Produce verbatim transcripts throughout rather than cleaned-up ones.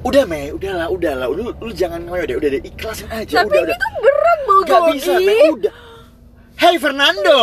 Udah Mei, udahlah, udahlah, lu, lu jangan ngoyo deh, udah deh, ikhlasin aja. Tapi udah, ini udah. tuh berat bulgogi. Gak bisa Mei, udah. Hey Fernando,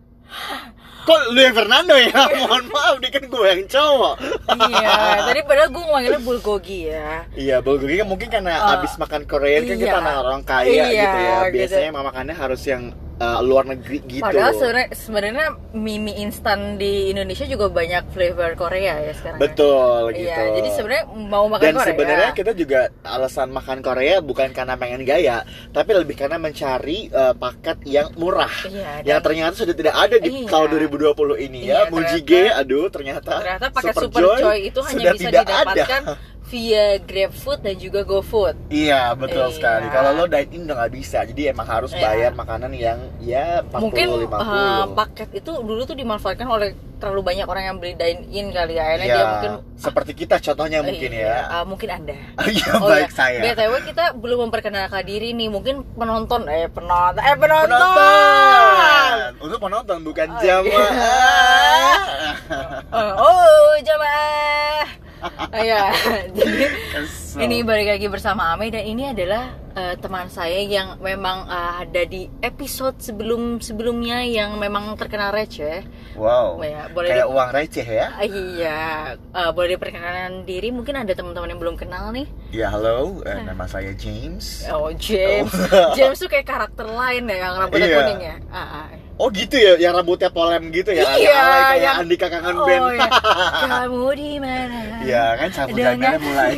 kok lu yang Fernando ya? Mohon maaf, dia kan gue yang cowok. Iya, tadi padahal gue manggilnya bulgogi ya. Iya, bulgogi kan mungkin karena Uh, abis makan Korean kan iya. kita anak orang kaya Iya, gitu ya. Biasanya gitu. makannya harus yang uh, luar negeri gitu. Padahal sebenarnya sebenarnya mie mie instan di Indonesia juga banyak flavor Korea ya sekarang. Betul ya. gitu. Iya, jadi sebenarnya mau makan Dan Korea. sebenarnya kita juga alasan makan Korea bukan karena pengen gaya, tapi lebih karena mencari uh, paket yang murah. Iya, yang dan- ternyata sudah tidak ada di Iya. tahun dua ribu dua puluh ini Iya, ya. Mujige, ternyata- aduh ternyata Ternyata paket Super Super Joy Joy itu hanya sudah bisa tidak didapatkan ada. via GrabFood dan juga GoFood. Iya betul Iya. sekali. Kalau lo dine in udah nggak bisa, jadi emang harus Iya. bayar makanan yang ya empat puluh Mungkin lima puluh. uh, paket itu dulu tuh dimanfaatkan oleh terlalu banyak orang yang beli dine in kali ya. Akhirnya Iya, dia mungkin seperti kita contohnya mungkin iya, ya. uh, mungkin Anda. Iya Oh baik ya, saya. B T W kita belum memperkenalkan diri nih. Mungkin penonton eh penonton eh penonton. Penonton. Untuk penonton bukan Oh, jamaah. Oh, oh jamaah. Oh, ya, jadi Kesel. ini balik lagi bersama Ame dan ini adalah uh, teman saya yang memang uh, ada di episode sebelum sebelumnya yang memang terkenal receh. Wow. Ya, boleh Kayak di- uang receh ya? Ah, iya, uh, boleh diperkenalkan diri. Mungkin ada teman-teman yang belum kenal nih. Ya halo, eh, nama saya James. Oh James, Oh. James tuh kayak karakter lain ya yang rambutnya Iya. kuning ya. Ah, ah. Oh gitu ya, yang rambutnya polem gitu ya? Iya, Alay kayak yang- Andika Kangen Oh, Band. iya. Kamu di mana? Iya kan, sapu Dengan- jagatnya mulai.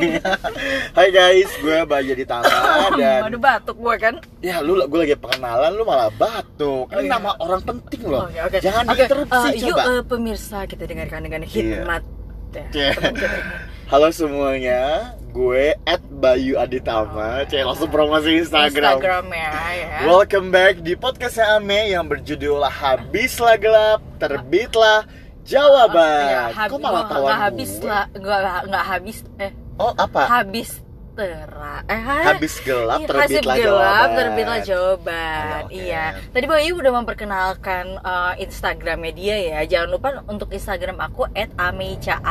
Hai guys, gue Bayu Ditama dan Aduh batuk gue kan. ya lu gue lagi perkenalan lu malah batuk. Ini Oh, iya. nama orang penting loh. Oke, oke. Jangan Oke, diinterupsi uh, yuk coba. uh, pemirsa kita dengarkan dengan hikmat. Ya, Cie. teman kita ini. Halo semuanya, gue at Bayu Aditama. Cie, langsung promosi Instagram. Instagramnya ya. Welcome back di podcastnya Ame yang berjudul Habislah Gelap, Terbitlah Jawaban. Ya, hab- Kok malah nggak- tawan nggak habis gue? lah, nggak nggak habis eh Oh apa? habis tera eh Habis gelap, iya, terbitlah habis gelap, jawaban. terbitlah jawaban. Oke. Iya. Tadi Bayu udah memperkenalkan uh, Instagramnya dia ya. Jangan lupa untuk Instagram aku at ameica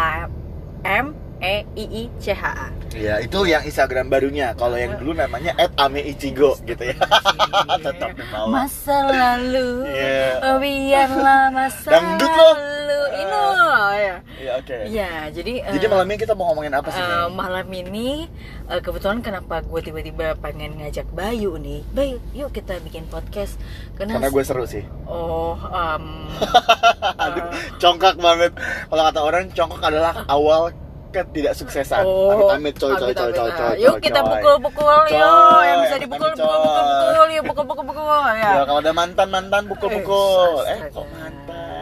m e i i c h a. Ya itu yang Instagram barunya. Kalau yang dulu namanya at ame ichigo gitu ya. Tetap di bawah. Masa lalu, Iya. oh, biarlah masa Dangdut lo. lalu. Ini ya. Iya oke. Ya, jadi Jadi eh, malam ini kita mau ngomongin apa sih? eh, Nih? malam ini eh, kebetulan kenapa gue tiba-tiba pengen ngajak Bayu nih. Bayu, yuk kita bikin podcast. Karena, Karena gue seru sih. oh, um, Aduh, congkak banget. Kalau kata orang congkak adalah awal ketidaksuksesan. Oh, Amit-amit coy coy coy amit-amit. coy coy. Yuk coy, kita coy. pukul-pukul Coy, yuk, yang bisa dipukul amit, coy. pukul-pukul, yuk pukul-pukul-pukul ya. Ya kalau ada mantan mantan pukul-pukul. Eh, Eh kok astaga. mantan?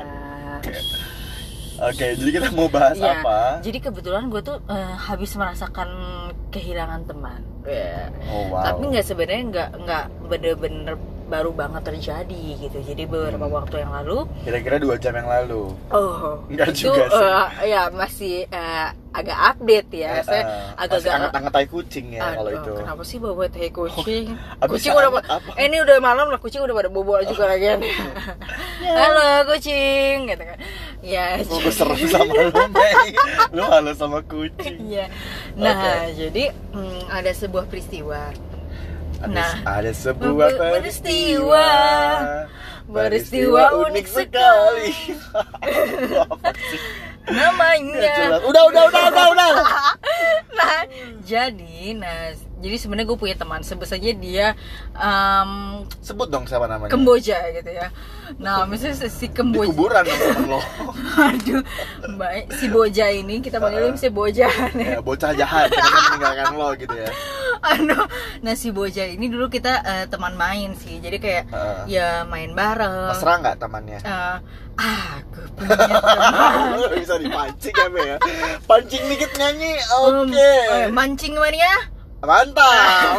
Oke, jadi kita mau bahas Ya, apa? jadi kebetulan gue tuh eh, habis merasakan kehilangan teman. Ya. Oh wow. Tapi nggak sebenarnya nggak nggak bener-bener baru banget terjadi gitu. Jadi beberapa Hmm. waktu yang lalu, Kira-kira dua jam yang lalu. oh, Nggak itu juga sih. eh, ya masih eh, agak update ya. Eh, Saya eh, masih agak-agak angkat-angkat tai kucing ya kalau Aduh, itu. kenapa sih bawa teh kucing? abis Kucing udah hangat apa? eh, ini udah malam lah, kucing udah pada bobo juga lagi kan. Halo kucing gitu kan. Ya. Gue gue serem sama lu, Mei. Lu halo sama kucing. Iya. Nah, Oke. jadi hmm, ada sebuah peristiwa. Ada, Nah, ada sebuah be- peristiwa peristiwa unik sekali. Apa sih? Nggak Namanya. jelas. Udah, udah, udah, udah, udah. Nah, jadi, nah, jadi sebenarnya gue punya teman, sebut saja dia um, Sebut dong siapa namanya. Kemboja gitu ya. Nah, misalnya si Di Kemboja. kuburan dong temen lo. Aduh, Mbak, si Boja ini kita panggilnya si Boja. Ya, bocah jahat, ternyata meninggalkan lo gitu ya. Aduh, nah si Boja ini dulu kita eh, teman main sih, jadi kayak Heeh. ya main bareng. Mesra nggak temannya? Eh, aku punya teman. Lu bisa dipancing ya, Be, ya. Pancing dikit nyanyi, Um, oke. eh, mancing mania. Mantap.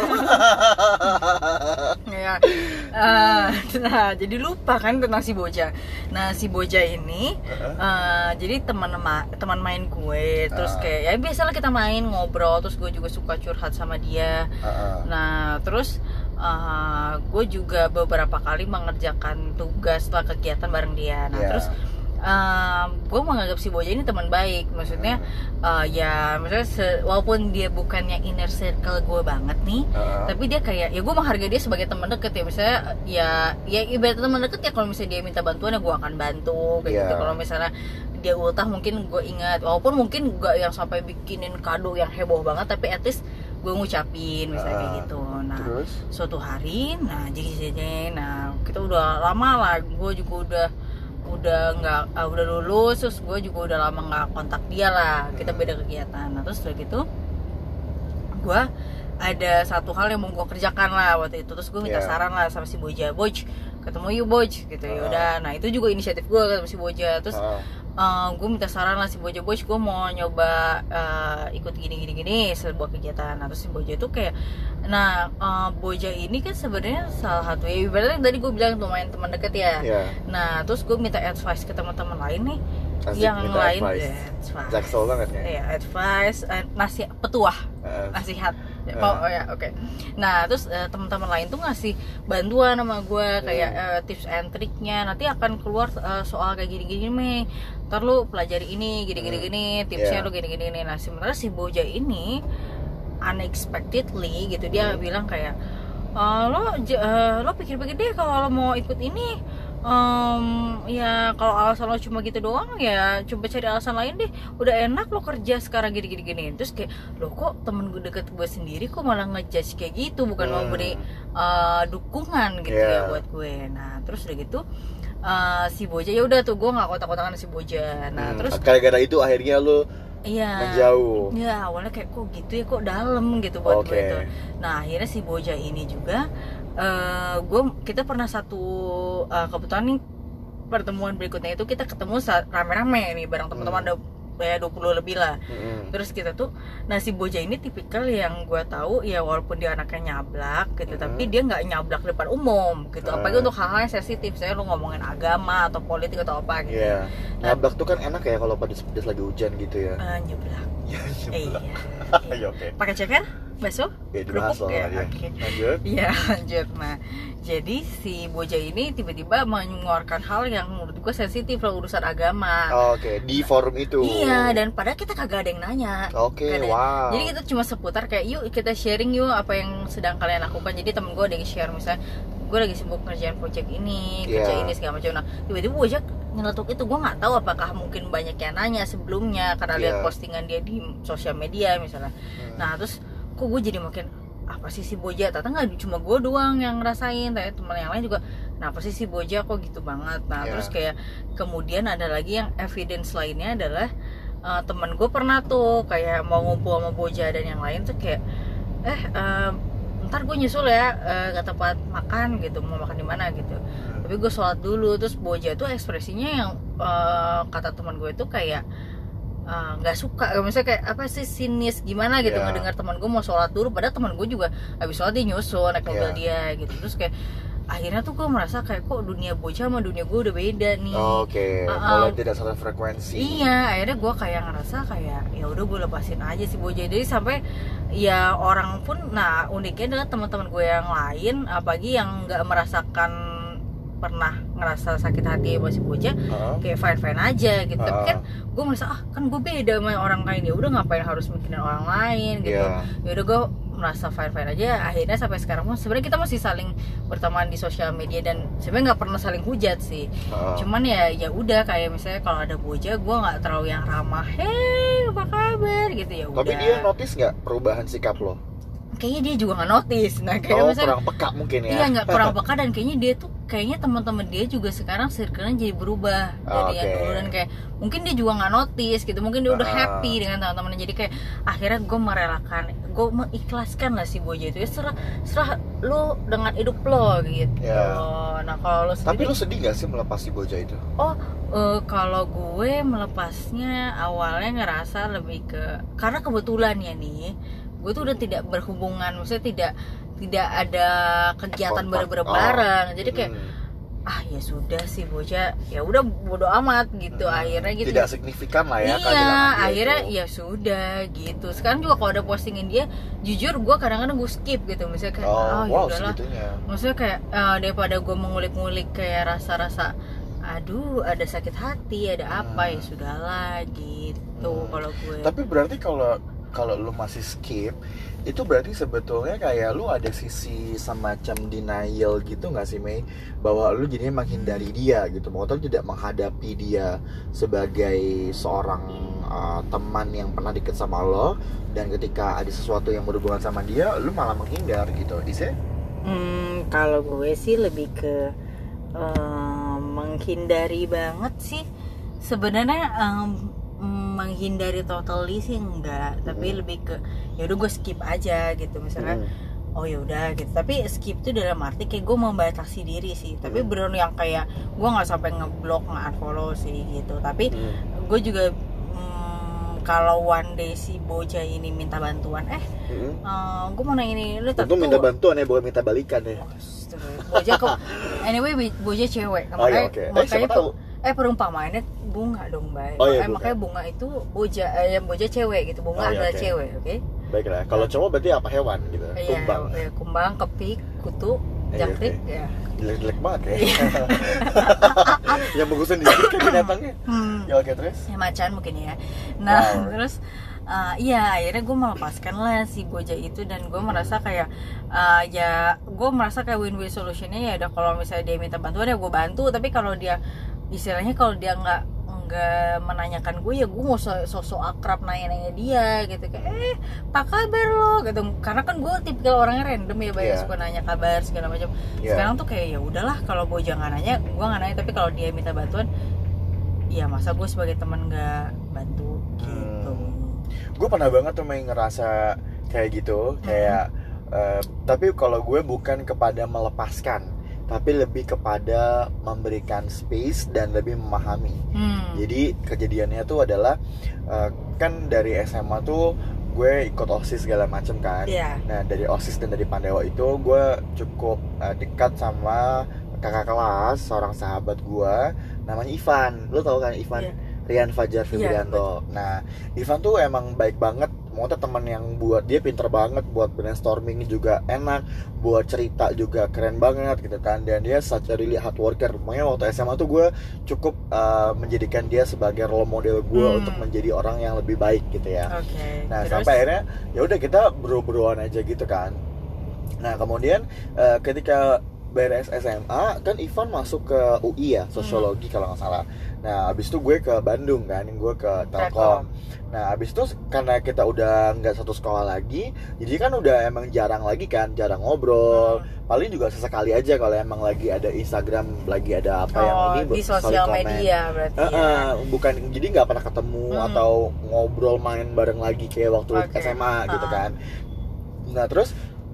Ya. Eh, nah, jadi lupa kan tentang si Boja. Nah, si Boja ini eh, jadi teman ma- teman main gue, terus Uh. kayak ya biasalah kita main ngobrol, terus gue juga suka curhat sama dia. Heeh. Nah, terus uh, gue juga beberapa kali mengerjakan tugas setelah kegiatan bareng dia. Nah, Yeah. terus um, gue menganggap si Boja ini teman baik, maksudnya uh, ya maksudnya se- walaupun dia bukan yang inner circle gue banget nih, uh-huh. tapi dia kayak ya gue menghargai dia sebagai teman deket ya, misalnya ya ya ibarat teman deket ya, kalau misalnya dia minta bantuan ya gue akan bantu kayak yeah. gitu. Kalau misalnya dia ultah mungkin gue ingat, walaupun mungkin gak yang sampai bikinin kado yang heboh banget, tapi at least gue ngucapin misalnya uh, kayak gitu. Nah terus? Suatu hari, nah jadi jadi, nah kita udah lama lah, gue juga udah udah nggak uh, udah lulus, terus gue juga udah lama nggak kontak dia lah, kita beda kegiatan. Nah terus udah gitu, gue ada satu hal yang mau gue kerjakan lah waktu itu, terus gue minta yeah. saran lah sama si Boja, Boj ketemu yuk Boj gitu. uh. Yaudah, nah itu juga inisiatif gue ketemu si Boja, terus uh. Uh, gue minta saran lah si Boja, Boj gue mau nyoba uh, ikut gini gini gini sebuah kegiatan. Nah terus si Boja tuh kayak, nah uh, Boja ini kan sebenarnya salah satu ya ibaratnya tadi gue bilang lumayan teman deket ya. yeah. Nah terus gue minta advice ke teman-teman lain nih. Asik, yang lain advice, Jaksel banget ya. Iya, advice, uh, nasihat, petuah, uh, nasihat. Uh. Oh, oh ya, oke. Okay. Nah, terus uh, teman-teman lain tuh ngasih bantuan sama gue kayak uh. Uh, tips and triknya. Nanti akan keluar uh, soal kayak gini-gini Mei. Ntar lu pelajari ini, gini-gini uh. gini, tipsnya yeah. lu gini-gini. Nah, sebenarnya si Boja ini unexpectedly gitu dia uh. bilang kayak uh, lo uh, lo pikir-pikir deh kalau lo mau ikut ini. Um, ya kalau alasan lo cuma gitu doang ya coba cari alasan lain deh, udah enak lo kerja sekarang gini-gini gini. Terus kayak lo kok temen gue deket gue sendiri kok malah ngejudge kayak gitu, bukan hmm. mau beri uh, dukungan gitu yeah. ya buat gue. Nah terus udah gitu uh, si Boja ya udah tuh gue nggak kotak-kotakan si Boja. Nah hmm. terus gara-gara itu akhirnya lo iya, menjauh. Iya awalnya kayak kok gitu ya, kok dalam gitu buat okay. gue tuh. Nah akhirnya si Boja ini juga Uh, gue kita pernah satu uh, kebetulan nih pertemuan berikutnya itu kita ketemu rame-rame nih bareng teman-teman ada hmm. ya dua puluh lebih lah. hmm. Terus kita tuh, nah si Boja ini tipikal yang gue tahu ya walaupun dia anaknya nyablak gitu, hmm. tapi dia nggak nyablak depan umum gitu, hmm. apalagi untuk hal-hal yang sensitif, saya lu ngomongin agama atau politik atau apa gitu. yeah. nah, nyablak tuh kan enak ya kalau pedes-pedes lagi hujan gitu ya. uh, nyablak ya nyablak iya. oke okay. Pakai ceker bakso? Ya, kerupuk ya. ya. Okay. Lanjut. Iya, lanjut. Nah, jadi si Boja ini tiba-tiba mengeluarkan hal yang menurut gue sensitif lah, urusan agama. Oh, Oke, okay. Di forum itu. Iya, dan padahal kita kagak ada yang nanya. Oke, okay, wow. Jadi kita cuma seputar kayak yuk kita sharing yuk apa yang sedang kalian lakukan. Jadi temen gue ada yang share misalnya gue lagi sibuk ngerjain project ini, kerja yeah. ini segala macam. Nah, tiba-tiba Boja nyeletuk itu, gue nggak tahu apakah mungkin banyak yang nanya sebelumnya karena yeah. lihat postingan dia di sosial media misalnya. Hmm. Nah, terus kok gue jadi makin apa sih si Boja, ternyata nggak cuma gue doang yang ngerasain, tapi teman yang lain juga kenapa sih si Boja kok gitu banget. Nah yeah. terus kayak kemudian ada lagi yang evidence lainnya adalah uh, teman gue pernah tuh kayak mau ngumpul sama Boja dan yang lain tuh kayak eh uh, ntar gue nyusul ya uh, ke tempat makan gitu, mau makan di mana gitu, tapi gue sholat dulu. Terus Boja tuh ekspresinya yang uh, kata teman gue tuh kayak nggak uh, suka, misalnya kayak apa sih sinis gimana gitu yeah. ngedengar teman gue mau sholat dulu, padahal teman gue juga habis sholat dia nyusul naik mobil yeah. dia gitu. Terus kayak akhirnya tuh gue merasa kayak kok dunia Boja sama dunia gue udah beda nih. Oh, Oke, okay. uh, mulai tidak satu frekuensi. Iya, akhirnya gue kayak ngerasa kayak ya udah gue lepasin aja si Boja. Jadi sampai ya orang pun, nah uniknya adalah teman-teman gue yang lain, apalagi yang nggak merasakan pernah ngerasa sakit hati sama si Boja, uh-huh. kayak fine fine aja gitu. Uh-huh. Tapi kan gue merasa ah kan gue beda sama orang lain, ya udah ngapain harus mikirin orang lain gitu. Yeah. Ya udah gue merasa fine fine aja. Akhirnya sampai sekarang pun sebenarnya kita masih saling berteman di sosial media dan sebenarnya nggak pernah saling hujat sih. Uh-huh. Cuman ya ya udah kayak misalnya kalau ada Boja gue nggak terlalu yang ramah, hei apa kabar gitu ya udah. Tapi dia notice nggak perubahan sikap lo? Kayaknya dia juga nggak notice. Nah kayak oh, misalnya kurang peka mungkin ya. Iya nggak kurang peka, dan kayaknya dia tuh kayaknya teman-teman dia juga sekarang circle-nya jadi berubah dari okay. yang dulu, dan kayak mungkin dia juga nggak notice gitu, mungkin dia udah uh. happy dengan teman-temannya. Jadi kayak akhirnya gue merelakan, gue mengikhlaskan lah si Boja itu ya, serah serah lo dengan hidup lo gitu. Yeah. Nah kalau lo sendiri, tapi lo sedih gak sih melepas si Boja itu? Oh uh, kalau gue melepasnya awalnya ngerasa lebih ke karena kebetulan ya nih gue tuh udah tidak berhubungan, maksudnya tidak tidak ada kegiatan bener-bener bareng. Oh. Jadi kayak hmm. ah ya sudah sih Boja, ya udah bodo amat gitu. Hmm. Akhirnya gitu. Tidak signifikan lah ya. Iya, akhirnya itu. Ya sudah gitu. Sekarang juga kalau ada postingin dia, jujur gue kadang-kadang gue skip gitu. Misalnya kayak oh, oh wow, yaudahlah. Segitunya. Maksudnya kayak uh, daripada gue mengulik-ngulik kayak rasa-rasa aduh ada sakit hati, ada apa, Hmm. ya sudahlah gitu. Hmm. Kalau gue Tapi berarti kalau kalau lu masih skip, itu berarti sebetulnya kayak lu ada sisi semacam denial gitu nggak sih, Mei? Bahwa lu jadinya menghindari dia gitu, mau tuh tidak menghadapi dia sebagai seorang uh, teman yang pernah deket sama lo, dan ketika ada sesuatu yang berhubungan sama dia, lu malah menghindar gitu, is it? Hmm, kalau gue sih lebih ke eh, menghindari banget sih. Sebenarnya em, menghindari totally sih enggak, tapi Hmm. lebih ke ya udah gue skip aja gitu misalnya. Hmm. Oh ya udah gitu. Tapi skip tuh dalam arti kayak gue membatasi diri sih. Tapi Hmm. bener yang kayak gue nggak sampai ngeblok, nge-unfollow sih gitu. Tapi Hmm. gue juga mm, kalau one day si Boja ini minta bantuan, eh Hmm. eh, gue mau nanya ini, lu Tentu tahu minta bantuan ya, bukan minta balikan ya. Boja kok anyway Boja cewek Oh iya, makanya oke. Eh, makanya siapa tahu? eh perumpamaannya bunga dong, Mbak. Oh iya, eh, bunga. makanya bunga itu Boja eh, yang Boja cewek gitu, bunga Oh iya, adalah oke. cewek, oke? Baiklah, kalau cowok berarti apa, hewan gitu, Iya, kumbang. ya, kumbang, kepik, kutu, Iya, jangkrik, oke. ya. Jelek-jelek banget ya. Yang bagusan dikit kan binatangnya. Hmm. Ya oke, terus? Ya, macan mungkin ya. Nah, Wow. terus uh, iya akhirnya gue melepaskan lah si Boja itu, dan gue merasa kayak uh, ya gue merasa kayak win-win solutionnya ya udah, kalau misalnya dia minta bantuan ya gue bantu, tapi kalau dia istilahnya kalau dia nggak nggak menanyakan gue, ya gue nggak usah sosok akrab nanya-nanya dia gitu kayak eh apa kabar lo gitu, karena kan gue tipikal orangnya random ya, banyak Iya. suka nanya kabar segala macam. Iya. Sekarang tuh kayak ya udahlah, kalau Boja nggak nanya gue nggak nanya, tapi kalau dia minta bantuan ya masa gue sebagai teman nggak bantu gitu. Hmm. Gue pernah banget tuh main ngerasa kayak gitu, kayak eh, tapi kalau gue bukan kepada melepaskan, tapi lebih kepada memberikan space dan lebih memahami. Hmm. Jadi kejadiannya tuh adalah eh, kan dari S M A tuh gue ikut OSIS segala macem kan. Iya. Nah dari OSIS dan dari Pandewa itu gue cukup eh, dekat sama kakak kelas, seorang sahabat gue namanya Ivan. Lo tau kan Ivan? Iya. Rian Fajar Iya, Febrianto. Nah, Ivan tuh emang baik banget. Maksudnya teman yang buat dia pinter banget, buat brainstorming juga enak, buat cerita juga keren banget gitu kan. Dan dia such a really hard worker. Makanya waktu S M A tuh gue cukup uh, menjadikan dia sebagai role model gue Hmm. untuk menjadi orang yang lebih baik gitu ya. Oke. Nah, Terus? sampai akhirnya ya udah kita bro-broan aja gitu kan. Nah, kemudian uh, ketika beres S M A kan Ivan masuk ke U I ya, sosiologi kalau nggak salah. Nah, abis itu gue ke Bandung kan, gue ke Telkom. Nah, abis itu karena kita udah nggak satu sekolah lagi, jadi kan udah emang jarang lagi kan, jarang ngobrol. Hmm. Paling juga sesekali aja kalau emang lagi ada Instagram, lagi ada apa Oh, yang ini di saling sosial komen. media berarti Eh, ya. eh, bukan, jadi nggak pernah ketemu Hmm. atau ngobrol main bareng lagi kayak waktu Oke. S M A gitu Ah. kan. Nah, terus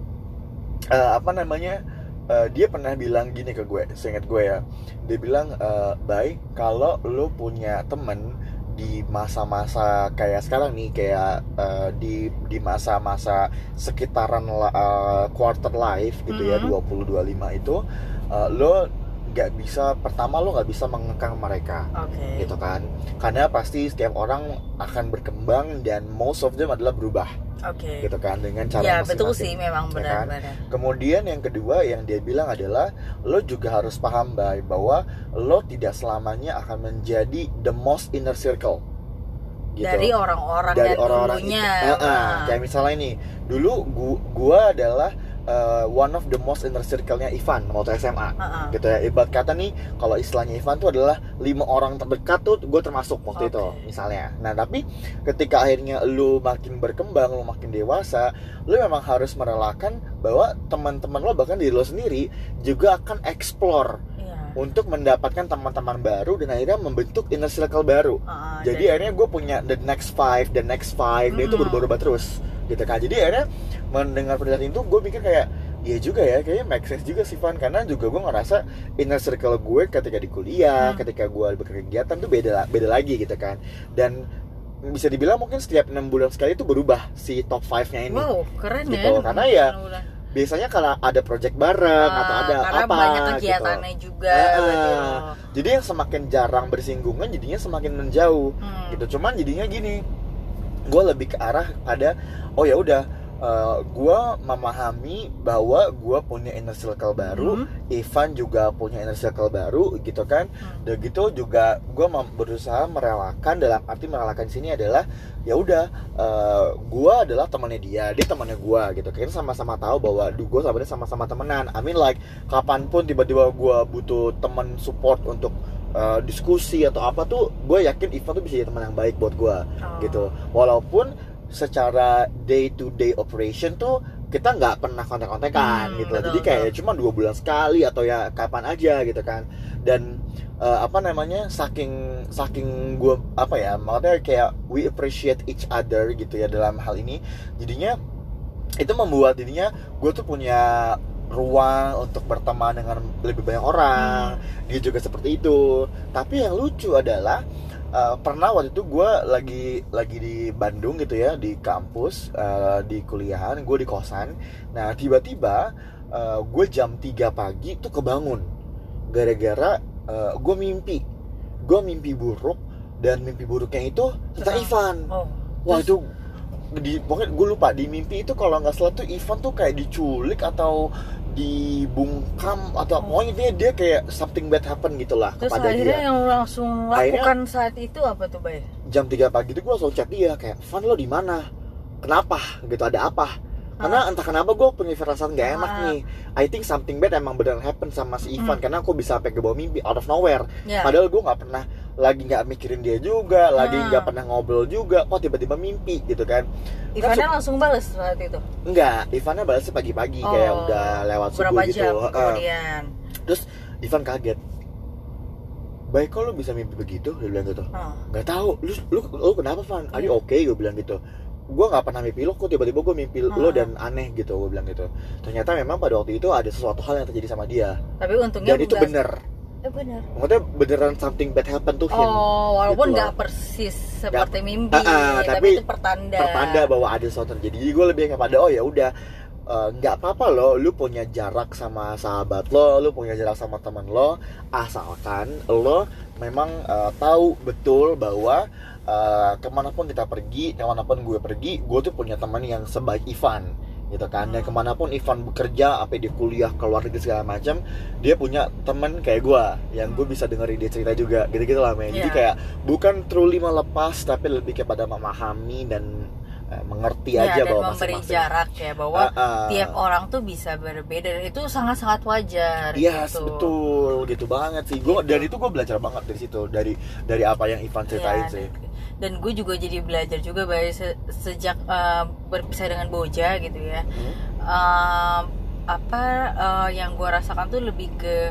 eh, apa namanya? Uh, dia pernah bilang gini ke gue, seingat gue ya. Dia bilang, uh, baik kalau lo punya temen di masa-masa kayak sekarang nih, kayak uh, di di masa-masa sekitaran uh, quarter life gitu ya, Mhm. dua puluh dua puluh lima itu, uh, lo nggak bisa, pertama lo nggak bisa mengekang mereka. Oke. Gitu kan, karena pasti setiap orang akan berkembang dan most of them adalah berubah. Oke. Gitu kan, dengan cara Ya masing-masing. betul sih, memang Ya kan? benar-benar. Kemudian yang kedua yang dia bilang adalah lo juga harus paham, Bay, bahwa lo tidak selamanya akan menjadi the most inner circle gitu. Dari orang-orang Dari yang orang-orang dulunya. itu. Ah, ah. Nah. Kayak misalnya ini, dulu gua, gua adalah uh, one of the most inner circle-nya Ivan waktu S M A. Ah, ah. Gitu ya, ibarat kata nih, kalau istilahnya Ivan tuh adalah lima orang terdekat tuh gue termasuk waktu Oke. itu misalnya. Nah, tapi ketika akhirnya lu makin berkembang, lu makin dewasa, lu memang harus merelakan bahwa teman-teman lo, bahkan diri lo sendiri juga akan explore Iya. untuk mendapatkan teman-teman baru dan akhirnya membentuk inner circle baru. Ah, Jadi akhirnya gue punya the next five, the next five, dan itu Hmm. berubah-ubah terus gitu kan. Jadi akhirnya mendengar pernyataan itu gue mikir kayak, iya juga ya, kayaknya make sense juga sih, Van. Karena juga gue ngerasa inner circle gue ketika di kuliah, Hmm. ketika gue berkegiatan tuh beda beda lagi gitu kan. Dan bisa dibilang mungkin setiap enam bulan sekali itu berubah si top five-nya ini. Wow, keren Gitu, ya. karena ya Bulan-bulan. biasanya kalau ada project bareng Ah, atau ada karena apa banyak gitu. kegiatannya juga. Ah, berarti ah. lo. Jadi yang semakin jarang bersinggungan jadinya semakin menjauh Hmm. gitu. Cuman jadinya gini, gue lebih ke arah pada, oh ya udah, uh, gue memahami bahwa gue punya inner circle baru, hmm. Ivan juga punya inner circle baru gitu kan. hmm. Dan gitu juga gue berusaha merelakan, dalam arti merelakan sini adalah ya udah uh, gue adalah temannya dia, dia temannya gue gitu. Kita sama-sama tahu bahwa duh gue sama dia sama-sama temenan. I mean like kapanpun tiba-tiba gue butuh teman support untuk uh, diskusi atau apa tuh, gue yakin Ivan tuh bisa jadi teman yang baik buat gue. oh. Gitu. Walaupun secara day to day operation tuh kita nggak pernah kontak-kontakan hmm, gitu. Betul, jadi kayak betul. Cuma dua bulan sekali atau ya kapan aja gitu kan. Dan uh, apa namanya, saking saking gue apa ya, maksudnya kayak we appreciate each other gitu ya dalam hal ini. Jadinya itu membuat jadinya gue tuh punya ruang untuk berteman dengan lebih banyak orang. hmm. Dia juga seperti itu. Tapi yang lucu adalah Uh, pernah waktu itu gue lagi lagi di Bandung gitu ya, di kampus, uh, di kuliahan, gue di kosan. Nah tiba-tiba uh, gue jam tiga pagi tuh kebangun gara-gara uh, gue mimpi gue mimpi buruk, dan mimpi buruknya itu tentang Ivan. oh. Wah itu di, pokoknya gue lupa di mimpi itu kalau nggak salah tuh Ivan tuh kayak diculik atau dibungkam atau oh. pokoknya dia, dia kayak something bad happen gitulah kepada dia. Terus akhirnya yang langsung lakukan akhirnya, saat itu apa tuh, Bay? Jam tiga pagi itu gue langsung chat dia kayak, "Van, lo di mana? Kenapa? Gitu, ada apa?" Karena entah kenapa gue punya firasat gak enak nih. I think something bad emang beneran happen sama si Ivan. hmm. Karena aku bisa sampai ke bawah mimpi out of nowhere. yeah. Padahal gue gak pernah lagi gak mikirin dia juga, hmm. lagi gak pernah ngobrol juga, kok tiba-tiba mimpi gitu kan. Ivannya kan, langsung balas saat itu? Enggak, Ivannya balasnya pagi-pagi. oh, kayak udah lewat subuh berapa gitu. jam kemudian. Terus Ivan kaget, "Baik, kok lo bisa mimpi begitu?" Dia bilang gitu. hmm. Gak tahu, lu, lu, lu kenapa Van? Are you okay? Gue bilang gitu. Gue gak pernah mimpi lo, kok tiba-tiba gue mimpi hmm. lo dan aneh gitu, gue bilang gitu. Ternyata memang pada waktu itu ada sesuatu hal yang terjadi sama dia. Tapi untungnya dan itu bener. Eh bener. Maksudnya beneran something bad happen to him. Oh, walaupun gitu gak persis seperti gak, mimpi, uh, uh, tapi, tapi itu pertanda. Pertanda bahwa ada sesuatu terjadi. Jadi gue lebih kepada oh ya udah, nggak uh, apa-apa lo, lu punya jarak sama sahabat lo, lu punya jarak sama teman lo, asalkan lo memang uh, tahu betul bahwa Uh, kemanapun kita pergi, kemanapun gue pergi, gue tuh punya teman yang sebaik Ivan gitu kan. Dan kemanapun Ivan bekerja, apa dia kuliah, keluar negeri segala macam, dia punya teman kayak gue yang gue bisa dengerin dia cerita juga gitu-gitu lah, men. Yeah. Jadi kayak bukan truly melepas, tapi lebih kepada memahami dan uh, mengerti ya, aja dan bahwa memberi masing-masing jarak ya, bahwa uh, uh, tiap orang tuh bisa berbeda, dan itu sangat-sangat wajar. Iya, yes, gitu. Betul, gitu banget sih. Gue gitu. Dari itu gue belajar banget dari situ, dari dari apa yang Ivan ceritain ya, sih. Dan gue juga jadi belajar juga bahwa se- sejak uh, berpisah dengan Boja gitu ya, hmm. uh, apa uh, yang gue rasakan tuh lebih ke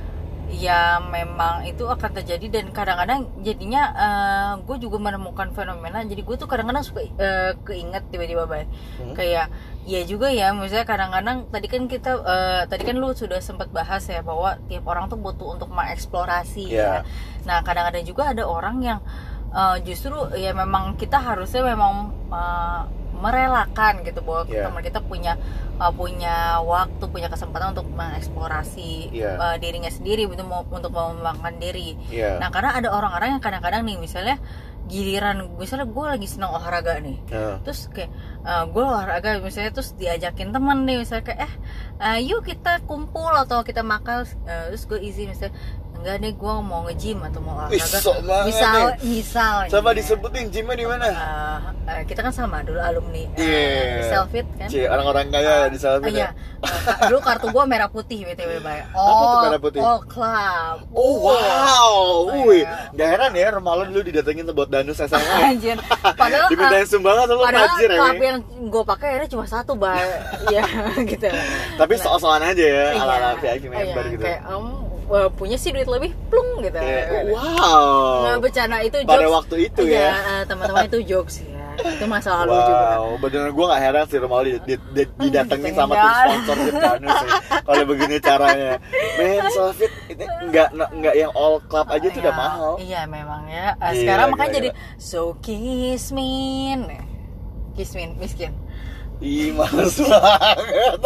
ya memang itu akan terjadi. Dan kadang-kadang jadinya uh, gue juga menemukan fenomena, jadi gue tuh kadang-kadang suka uh, keinget tiba-tiba Bay. hmm. Kayak ya juga ya, misalnya kadang-kadang tadi kan kita uh, tadi kan lu sudah sempat bahas ya bahwa tiap orang tuh butuh untuk mengeksplorasi. yeah. ya. Nah kadang-kadang juga ada orang yang Uh, justru ya memang kita harusnya memang uh, merelakan gitu bahwa yeah. teman kita punya uh, punya waktu, punya kesempatan untuk mengeksplorasi yeah. uh, dirinya sendiri, untuk untuk mengembangkan diri. yeah. Nah karena ada orang-orang yang kadang-kadang nih misalnya giliran misalnya gue lagi senang olahraga nih, yeah. terus kayak uh, gue olahraga misalnya, terus diajakin teman nih misalnya kayak eh uh, yuk kita kumpul atau kita makan, uh, terus gue izin misalnya enggak deh, gue mau nge-gym atau mau olahraga. Misal, misalnya. Coba disebutin gymnya di mana? Uh, uh, kita kan sama dulu alumni. Uh, yeah. Di Selfit kan. Cie, orang-orang kaya uh, di Selfit. Uh, iya. Uh, dulu kartu gue merah putih B T W Bay. Oh, apa tuh merah putih? All Club. Oh wow. Wih, enggak heran ya rumah lo dulu didatengin buat danus S M A. Anjir. Padahal dimintain sumbangan sama tajir ya. Padahal yang gue pakai akhirnya cuma satu, Bay. Iya, gitu. Tapi soal-soalan aja ya, ala-ala V I P member iya, gitu. Kayak um, Uh, punya sih duit lebih plung gitu. Yeah. Wow. Nah, bercanda itu jokes. Pada waktu itu ya. Ya uh, teman-teman itu jokes ya. Itu masa lalu wow. juga. Wow, beneran gue gak heran sih rumah lo didatengin sama tim sponsor di Danus sih. Kalau begini caranya. Men, Selfit itu nggak nggak yang all club aja tuh ya, udah mahal. Iya memang ya. Uh, sekarang yeah, makanya gila, jadi gila. So Kismin, Kismin miskin. Ih, males banget.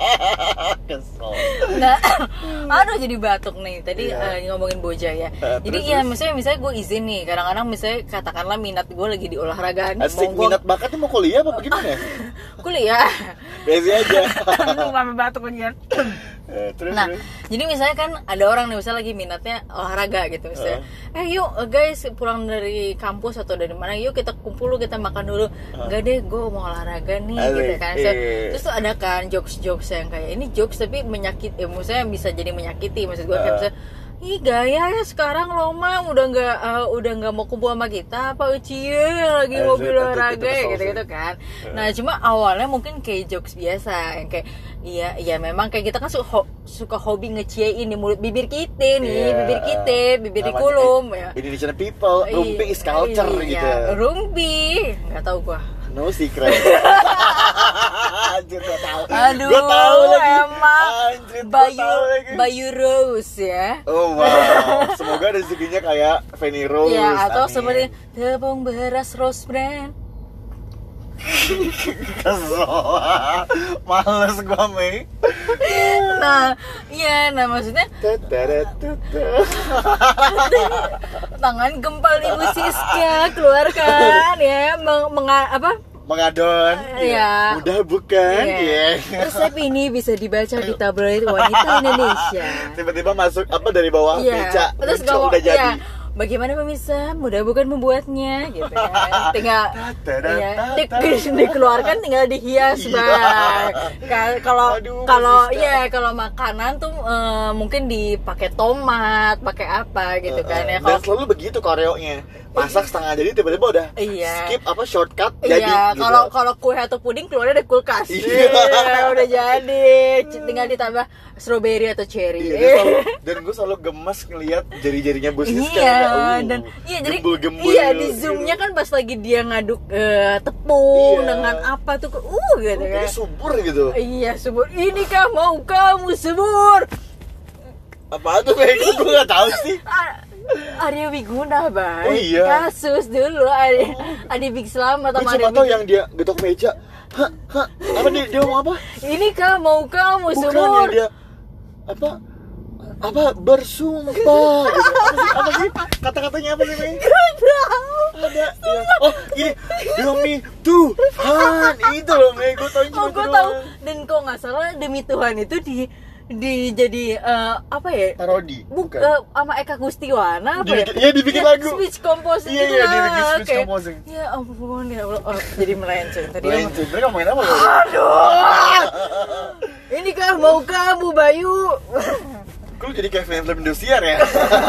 Kesel. Nah, aduh jadi batuk nih. Tadi yeah. uh, ngomongin Boja ya. Uh, jadi iya, misalnya misalnya gue izin nih. Kadang-kadang misalnya katakanlah minat gue lagi di olahraga nih. Asik, minat bakatnya mau kuliah apa gimana? kuliah. Besi aja. Lu mama batuk aja. Eh, terus, Nah, terus. jadi misalnya kan ada orang nih misalnya lagi minatnya olahraga gitu misalnya. Uh. Eh yuk guys pulang dari kampus atau dari mana, yuk kita kumpul kita makan dulu. Uh. Enggak deh, gue mau olahraga nih Asik. gitu kan. So, terus tuh ada kan jokes-jokes yang kayak ini jokes tapi menyakiti, eh, maksudnya bisa jadi menyakiti maksud gue uh. kayak misalnya, ih gaya ya sekarang lo mah udah nggak uh, udah nggak mau kumpul sama kita apa ucie lagi mobil olahraga gitu-gitu kan. Nah cuma awalnya mungkin kayak jokes biasa yang kayak iya iya memang kayak kita kan suka, ho- suka hobi ngeciein di mulut bibir kita nih, yeah. bibir kita bibir di kulum ya. Indonesian people, rumpi is culture iya, gitu. Rumpi nggak tahu gua. No secret. Anjir, gua tahu. Aduh, gua tahu lagi. Emang Anjir, Bayu Bayu Rose ya. Oh wow. Semoga rezekinya kayak Fanny Rose. Ya, atau amin. seperti tepung beras Rose Brand. Kesel. Males gua, Mei. Nah, iya, nah maksudnya tangan gempal Ibu Siska keluarkan ya, meng, menga, apa? Mengadon. Ya. Udah bukan? Iya. Yeah. Resep ini bisa dibaca di tabloid wanita Indonesia. Tiba-tiba masuk apa dari bawah yeah. meja. Terus ngomong, udah jadi. Yeah. Bagaimana pemirsa, mudah bukan membuatnya gitu kan. Tinggal ya, di, dikeluarkan tinggal dihias, Bang. Kalau kalau ya kalau makanan tuh uh, mungkin dipakai tomat, pakai apa gitu kan ya. Dan selalu begitu koreonya. Masak setengah jadi tiba-tiba udah iya. skip apa shortcut iya, jadi gitu. Kalau kalau kue atau puding keluarnya dari kulkas. Iya. Iya, udah jadi. Tinggal ditambah strawberry atau cherry. Iya, dan, selalu, dan gue selalu gemes ngelihat jari-jarinya Bu Siska. Iya, uh, dan iya jadi gembul-gembul, iya di zoomnya kan pas lagi dia ngaduk uh, tepung iya. dengan apa tuh uh gitu uh, kan. Jadi subur gitu. Iya, subur. Inikah mau kamu subur? Apa tuh kayak gue nggak tahu sih. Arya Wiguna, Bang. Oh iya. Kasus dulu Arya, oh. Adi Big Selamat sama Arya. Cuma tahu yang dia getok meja. Hah, hah. Apa dia, dia ngomong apa? Ini kah mau kamu Bukan subur? Yang dia apa? Apa bersumpah gitu. Apa sih? Apa sih? Kata-katanya apa sih, Mei? Gak tahu. Ada ya. Oh, ini demi Tuhan. Itu loh, Mei. Gue tahu cuma oh, gue tahu. Dan kok nggak salah demi Tuhan itu di di jadi uh, apa ya parodi bukan uh, sama Eka Gustiwana apa dibikin, ya ya dibikin ya, lagu speech composing iya gitu iya lah. dibikin speech Kayak, composing ya ampun ya Allah oh, jadi melenceng tadi melenceng mereka ngomongin apa aduh ini kah mau kamu Bayu kok jadi kayak film Indosiar ya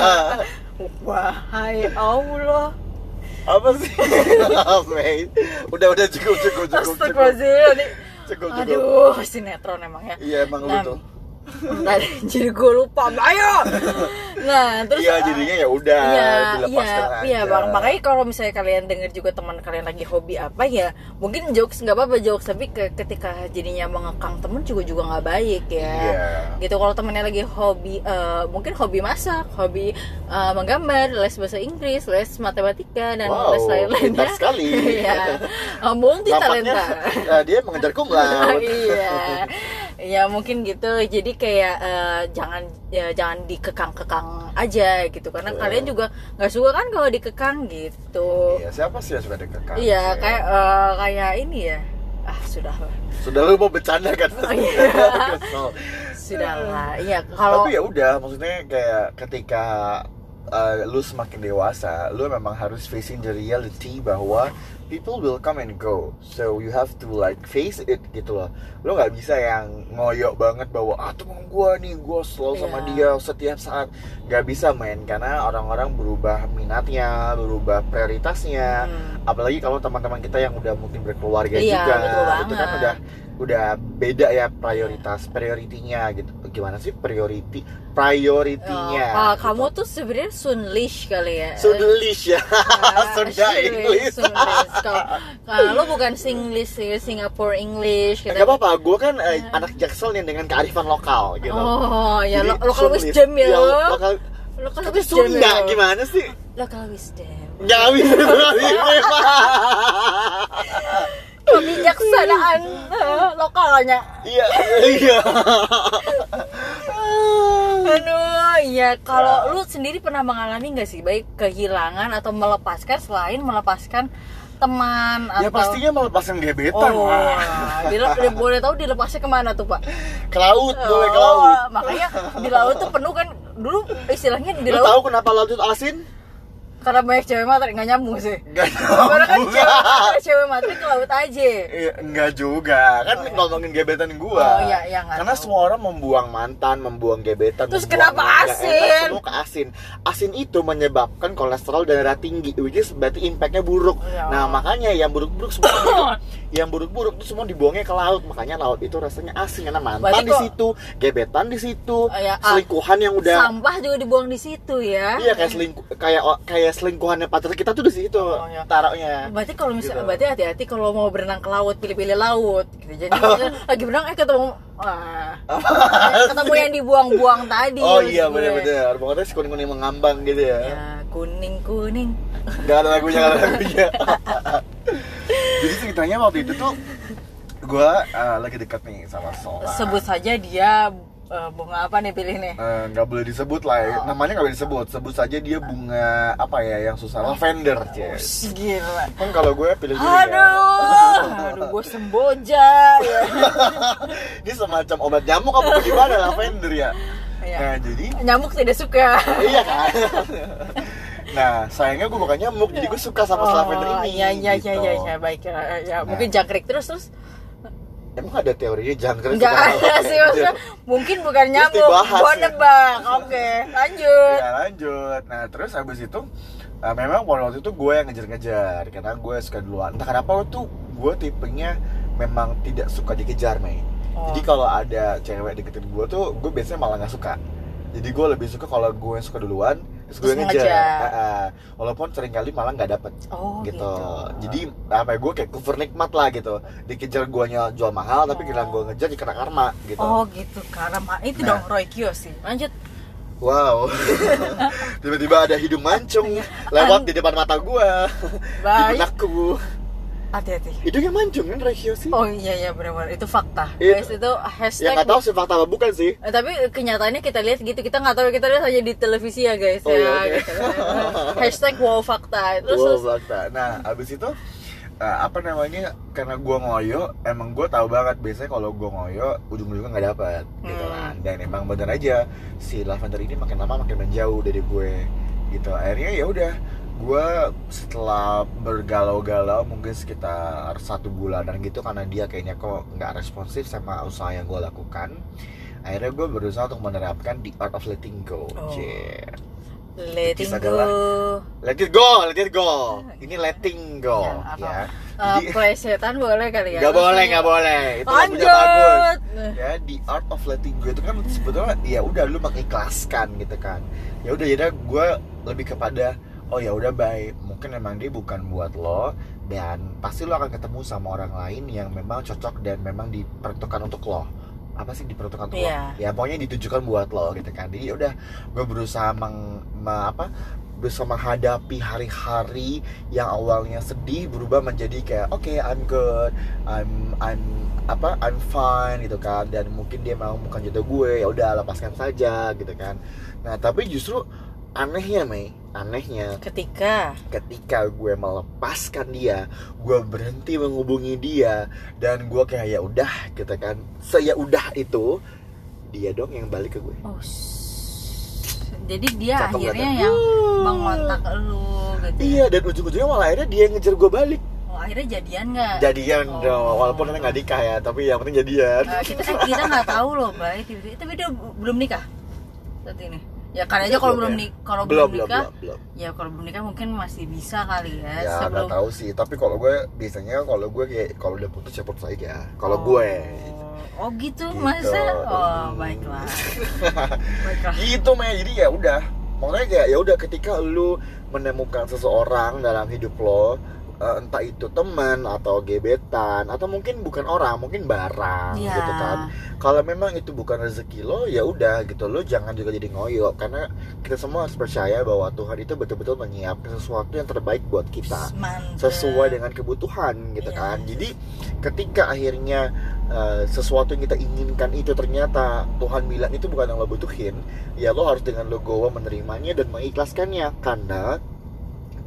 wahai Allah apa sih udah udah cukup cukup cukup Astagfirullahaladzim cukup cukup aduh sinetron emang ya iya emang nah, lu tuh Ntar, jadi gue lupa, ayo. Nah, terus iya jadinya ya udah iya, dilepaskan iya, aja. Iya, Bang. Makanya kalau misalnya kalian dengar juga teman kalian lagi hobi apa ya, mungkin jokes nggak apa-apa jokes, tapi ke, ketika jadinya mengekang temen juga juga nggak baik ya. Iya. Gitu kalau temennya lagi hobi, uh, mungkin hobi masak, hobi uh, menggambar, les bahasa Inggris, les matematika dan wow, les lain-lainnya. Pintar sekali. Iya. uh, multi talenta. Uh, dia mengejar cum laude. Iya. Ya mungkin gitu. Jadi kayak uh, jangan ya, jangan dikekang-kekang aja gitu karena yeah. kalian juga nggak suka kan kalau dikekang gitu. Iya, siapa sih yang suka dikekang? Iya, ya. kayak uh, kayak ini ya. Ah, sudah lah. Sudah lu mau bercanda kan? Oh, iya. Sudahlah. Iya, kalau tapi ya udah, maksudnya kayak ketika uh, lu semakin dewasa, lu memang harus facing the reality bahwa people will come and go, so you have to like face it gitu loh. Lo nggak bisa yang ngoyok banget bahwa ah temen gue nih, gue selalu yeah. sama dia setiap saat. Nggak bisa main karena orang-orang berubah minatnya, berubah prioritasnya. Hmm. Apalagi kalau teman-teman kita yang udah mungkin berkeluarga yeah, juga, itu kan udah udah beda ya prioritas prioritinya gitu. Gimana sih priority prioritinya? Oh, uh, gitu. Kamu tuh sebenarnya Sunlish kali ya. Sunlish ya. Uh, Sunda English. Kalau lo bukan Singlish ya, Singapore English gitu. Gak apa-apa, gue kan uh, uh. anak Jaksel nih dengan kearifan lokal gitu. Oh, ya lo lokal wisdom ya. Lokal lokal tapi Sunda gimana sih? Lokal wisdom. Gak bisa kebijaksanaan uh, lokalnya. Iya, iya. Aduh, iya. Kalau ya. Lu sendiri pernah mengalami nggak sih baik kehilangan atau melepaskan selain melepaskan teman atau Ya pastinya melepaskan gebetan. Oh, Wah. dile- dile- boleh tahu dilepasnya kemana tuh Pak? Ke laut, boleh ke Oh, laut. makanya di laut tuh penuh kan dulu istilahnya di Lu laut tahu kenapa laut itu asin? karena banyak cewek matri, nggak nyambung sih. Gak Karena kan nyambung. cewek, karena cewek matri ke laut aja. Iya, enggak juga. Kan Oh, iya. ngomongin gebetan gua. Oh, iya, iya, nggak Karena tahu. semua orang membuang mantan, membuang gebetan, Terus membuang kenapa yang nggak asin? enak, semua ke asin. Asin itu menyebabkan kolesterol dan darah tinggi, which is berarti impactnya buruk. Ya. Nah, makanya yang buruk-buruk semua yang buruk-buruk itu semua dibuangnya ke laut. Makanya laut itu rasanya asin karena mantan Berarti di kok- situ, gebetan di situ, Oh, ya, ah. selingkuhan yang udah Sampah juga dibuang di situ ya. iya kayak selingkuh kayak kayak selingkuhannya pacar kita tuh di situ Oh, iya. taruhnya. Berarti kalau misalnya, Gitu. berarti hati-hati kalau mau berenang ke laut, pilih-pilih laut gitu. Jadi lagi berenang eh ketemu wah, ketemu yang dibuang-buang tadi. Oh maksud iya gue. benar-benar. Pokoknya si kuning-kuning mengambang gitu ya. Ya, kuning-kuning. Gak ada lagunya, gak ada lagunya. Jadi ceritanya waktu itu tuh gue uh, lagi dekat nih sama seorang. Sebut saja dia eh, bunga apa nih pilih nih? Eh, nggak boleh disebut lah, ya. Oh. Namanya nggak boleh disebut. Sebut saja dia bunga apa ya yang susah, lavender, Ces. Gila. Kan kalau gue pilih pilih Aduh, aduh gue semboja ya. Ini semacam obat nyamuk apa gimana lavender ya? Iya. Nah jadi Nyamuk tidak suka. iya kan. Nah sayangnya gue bukan nyamuk, jadi gue suka sama si lavender ini. Iya iya gitu. iya iya baik ya, ya Nah. mungkin jangkrik terus terus. Emang ada teorinya jangkrik? Enggak suka ada sih maksudnya. Mungkin bukan Terus nyamuk, dibahas, gua ya. nebak. Oke, lanjut. Ya lanjut. Nah terus habis itu uh, memang pada waktu itu gue yang ngejar-ngejar karena gue suka duluan. Entah kenapa tuh gue tipenya memang tidak suka dikejar, Mei. Oh. Jadi kalau ada cewek deketin gue tuh gue biasanya malah nggak suka. Jadi gue lebih suka kalau gue yang suka duluan, terus gue Terus yang ngejar. ngejar. Ah, ah. Walaupun seringkali malah nggak dapet. Oh, gitu. gitu. Jadi apa ya, gue kayak kufur nikmat lah gitu. Dikejar guanya jual mahal, tapi kira gue ngejar dikena karma gitu. Oh, gitu. Karena itu Nah. dong Roy Kiyoshi. Lanjut. Wow. Tiba-tiba ada hidung mancung lewat di depan mata gua. Di Baik. benakku. Hati-hati. Hidungnya mancung kan Raikyo sih? Oh iya iya benar-benar itu fakta. Iya. Guys, itu Ya hashtag nggak tahu sih fakta apa bukan sih. Eh, tapi kenyataannya kita lihat gitu, kita nggak tahu, kita lihat hanya di televisi ya guys. Oh, ya iya, oke. gitu. Hashtag wow fakta. Terus, Wow, terus fakta. Nah, abis itu eh, apa namanya? Karena gua ngoyo, emang gua tahu banget biasanya kalau gua ngoyo ujung-ujungnya nggak dapat, gitu Hmm. kan. Dan emang bener aja si lavender ini makin lama makin menjauh dari gue, gitu. Akhirnya ya udah, gue setelah bergalau-galau mungkin sekitar satu bulanan gitu karena dia kayaknya kok nggak responsif sama usaha yang gue lakukan. Akhirnya gue berusaha untuk menerapkan the art of letting go. Oh. Yeah. letting Kisah go. adalah- Let it go, let it go. Ini letting go, Ya, atau, ya. Uh, Jadi- plesetan boleh kali ya? Gak boleh, Maksudnya- gak boleh. Itu lagunya Lanjut. bagus. Ya, the art of letting go itu kan sebetulnya ya udah lu mengikhlaskan gitu kan. Ya udah, jadi gue lebih kepada oh ya udah baik. Mungkin emang dia bukan buat lo dan pasti lo akan ketemu sama orang lain yang memang cocok dan memang diperuntukkan untuk lo. Apa sih diperuntukkan untuk Iya. lo? Ya pokoknya ditujukan buat lo gitu kan. Jadi ya udah, gue berusaha meng, me- apa berusaha menghadapi hari-hari yang awalnya sedih berubah menjadi kayak oke okay, I'm good, I'm I'm apa I'm fine gitu kan, dan mungkin dia mau bukan jodoh gue, ya udah lepaskan saja gitu kan. Nah tapi justru anehnya Mei, anehnya Ketika ketika gue melepaskan dia, gue berhenti menghubungi dia dan gue kayak ya udah gitu kan, saya udah itu dia dong yang balik ke gue. oh, shh. Jadi dia Cakep akhirnya nggak tuh? yang mengontak lu gitu. Iya, dan ujung-ujungnya malah akhirnya dia yang ngejar gue balik. Oh, akhirnya jadian nggak? Jadian Oh. dong, walaupun nanti nggak nikah ya, tapi yang penting jadian. Eh, kita eh, kita nggak tahu loh, Bay. Tiba-tiba- Tapi dia belum nikah saat ini. Ya kan aja kalau belum ya? nik kalau belum, belum nikah, belum, belum. ya kalau belum nikah mungkin masih bisa kali ya. Ya sebelum nggak tahu sih, tapi kalau gue biasanya kalau gue kayak kalau udah putus ya putus aja. Kalau Oh. gue Oh gitu, Gitu. masa? Oh Hmm. baiklah. Baiklah. gitu Mei, jadi ya udah, makanya kayak ya udah ketika lu menemukan seseorang dalam hidup lo, eh, entah itu teman atau gebetan atau mungkin bukan orang, mungkin barang Iya. gitu kan. Kalau memang itu bukan rezeki lo, ya udah gitu, lo jangan juga jadi ngoyo, karena kita semua harus percaya bahwa Tuhan itu betul-betul menyiapkan sesuatu yang terbaik buat kita Mantap. sesuai dengan kebutuhan gitu Iya. kan. Jadi ketika akhirnya uh, sesuatu yang kita inginkan itu ternyata Tuhan bilang itu bukan yang lo butuhin, ya lo harus dengan legowo menerimanya dan mengikhlaskannya, karena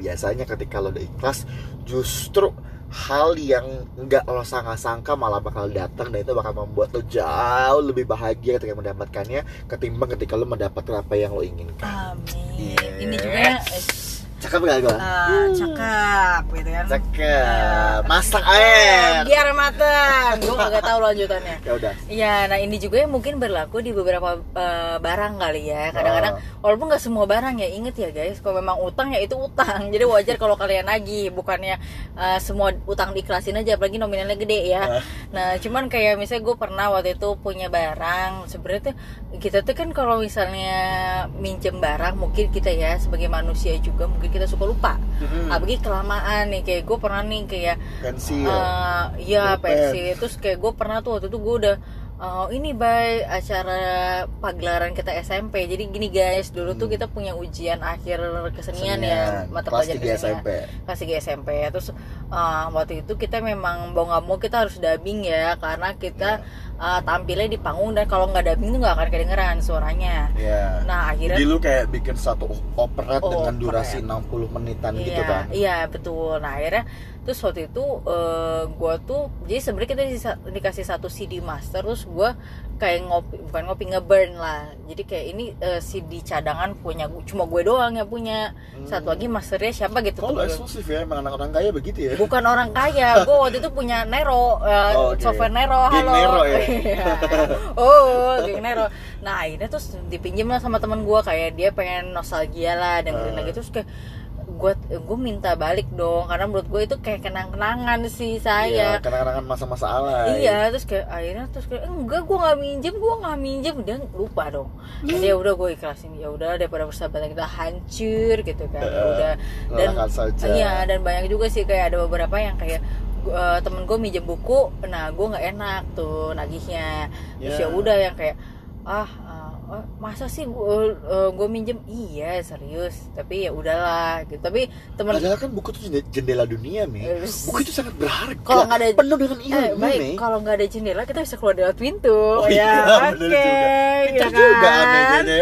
biasanya ketika lo udah ikhlas, justru hal yang nggak lo sangka-sangka malah bakal datang, dan itu bakal membuat lo jauh lebih bahagia ketika mendapatkannya ketimbang ketika lo mendapatkan apa yang lo inginkan. Amin. Yes. Ini juga ya, Cakep gak gue? uh, cakep gitu kan. Cakep. Masak air. Biar mateng. Gue gak tahu lanjutannya. Ya udah. Ya, nah ini juga yang mungkin berlaku di beberapa uh, barang kali ya. Kadang-kadang Oh. walaupun nggak semua barang ya, inget ya guys, kalau memang utang ya itu utang. Jadi wajar kalau kalian nagih, bukannya uh, semua utang diikhlasin aja, apalagi nominalnya gede ya. Uh. Nah, cuman kayak misalnya gue pernah waktu itu punya barang. Sebenarnya tuh kita tuh kan kalau misalnya minjem barang, mungkin kita ya sebagai manusia juga mungkin kita suka lupa. Mm-hmm. Apalagi kelamaan nih, kayak gue pernah nih kayak Pensil. uh, ya Pulpen. pensil. Terus kayak gue pernah tuh waktu itu gue udah uh, ini by acara pagelaran kita S M P. Jadi gini guys, dulu tuh Hmm. kita punya ujian akhir kesenian Kesenian. ya, mata Kelas pelajaran tiga S M P. kelas tiga S M P. Terus uh, waktu itu kita memang mau nggak mau kita harus dubbing ya, karena kita uh, tampilnya di panggung, dan kalau nggak dubbing tuh nggak akan kedengeran suaranya. Ya. Nah akhirnya Jadi lu kayak bikin satu operet Oh, dengan durasi operet. enam puluh menitan iya, gitu kan. Iya betul. Nah akhirnya terus waktu itu uh, gue tuh jadi sebenarnya kita disa- dikasih satu C D master, terus gue kayak ngopi, bukan ngopi, ngeburn lah. Jadi kayak ini uh, C D cadangan punya gu- cuma gue doang yang punya. Hmm. Satu lagi masternya siapa gitu Kalau tuh. eksklusif ya, emang anak orang kaya begitu ya. Bukan orang kaya, gue waktu itu punya Nero, uh, Oh, oke. software Nero. Geng Halo. Nero ya? Iya. Oh, geng Nero. Nah akhirnya terus dipinjam lah sama teman gue, kayak dia pengen nostalgia lah dengerin Uh. lagi, terus kayak gue gue minta balik dong, karena menurut gue itu kayak kenang-kenangan sih Iya, saya. kenangan-kenangan masa-masa alay. Iya, terus kayak akhirnya terus kayak enggak, gue nggak minjem, gue nggak minjem, dan lupa dong. Jadi ya udah gue ikhlasin, ya udah daripada persahabatan kita hancur gitu kan. Ya udah, dan Relakan saja. iya, dan banyak juga sih kayak ada beberapa yang kayak uh, temen gue minjem buku, nah gue nggak enak tuh nagihnya. Terus Ya. ya udah yang kayak ah uh, oh, masa sih gue uh, gue minjem, iya serius, tapi ya udahlah gitu. Tapi temen Padahal kan buku itu jende- jendela dunia, Mi. Eh, Buku itu sangat berharga. kalau nggak ada- penuh dengan ilmu, Eh, baik, Mi. kalau nggak ada jendela kita bisa keluar lewat pintu. Oh ya, iya, bener oke, juga. Pintar ya juga kan? anehnya.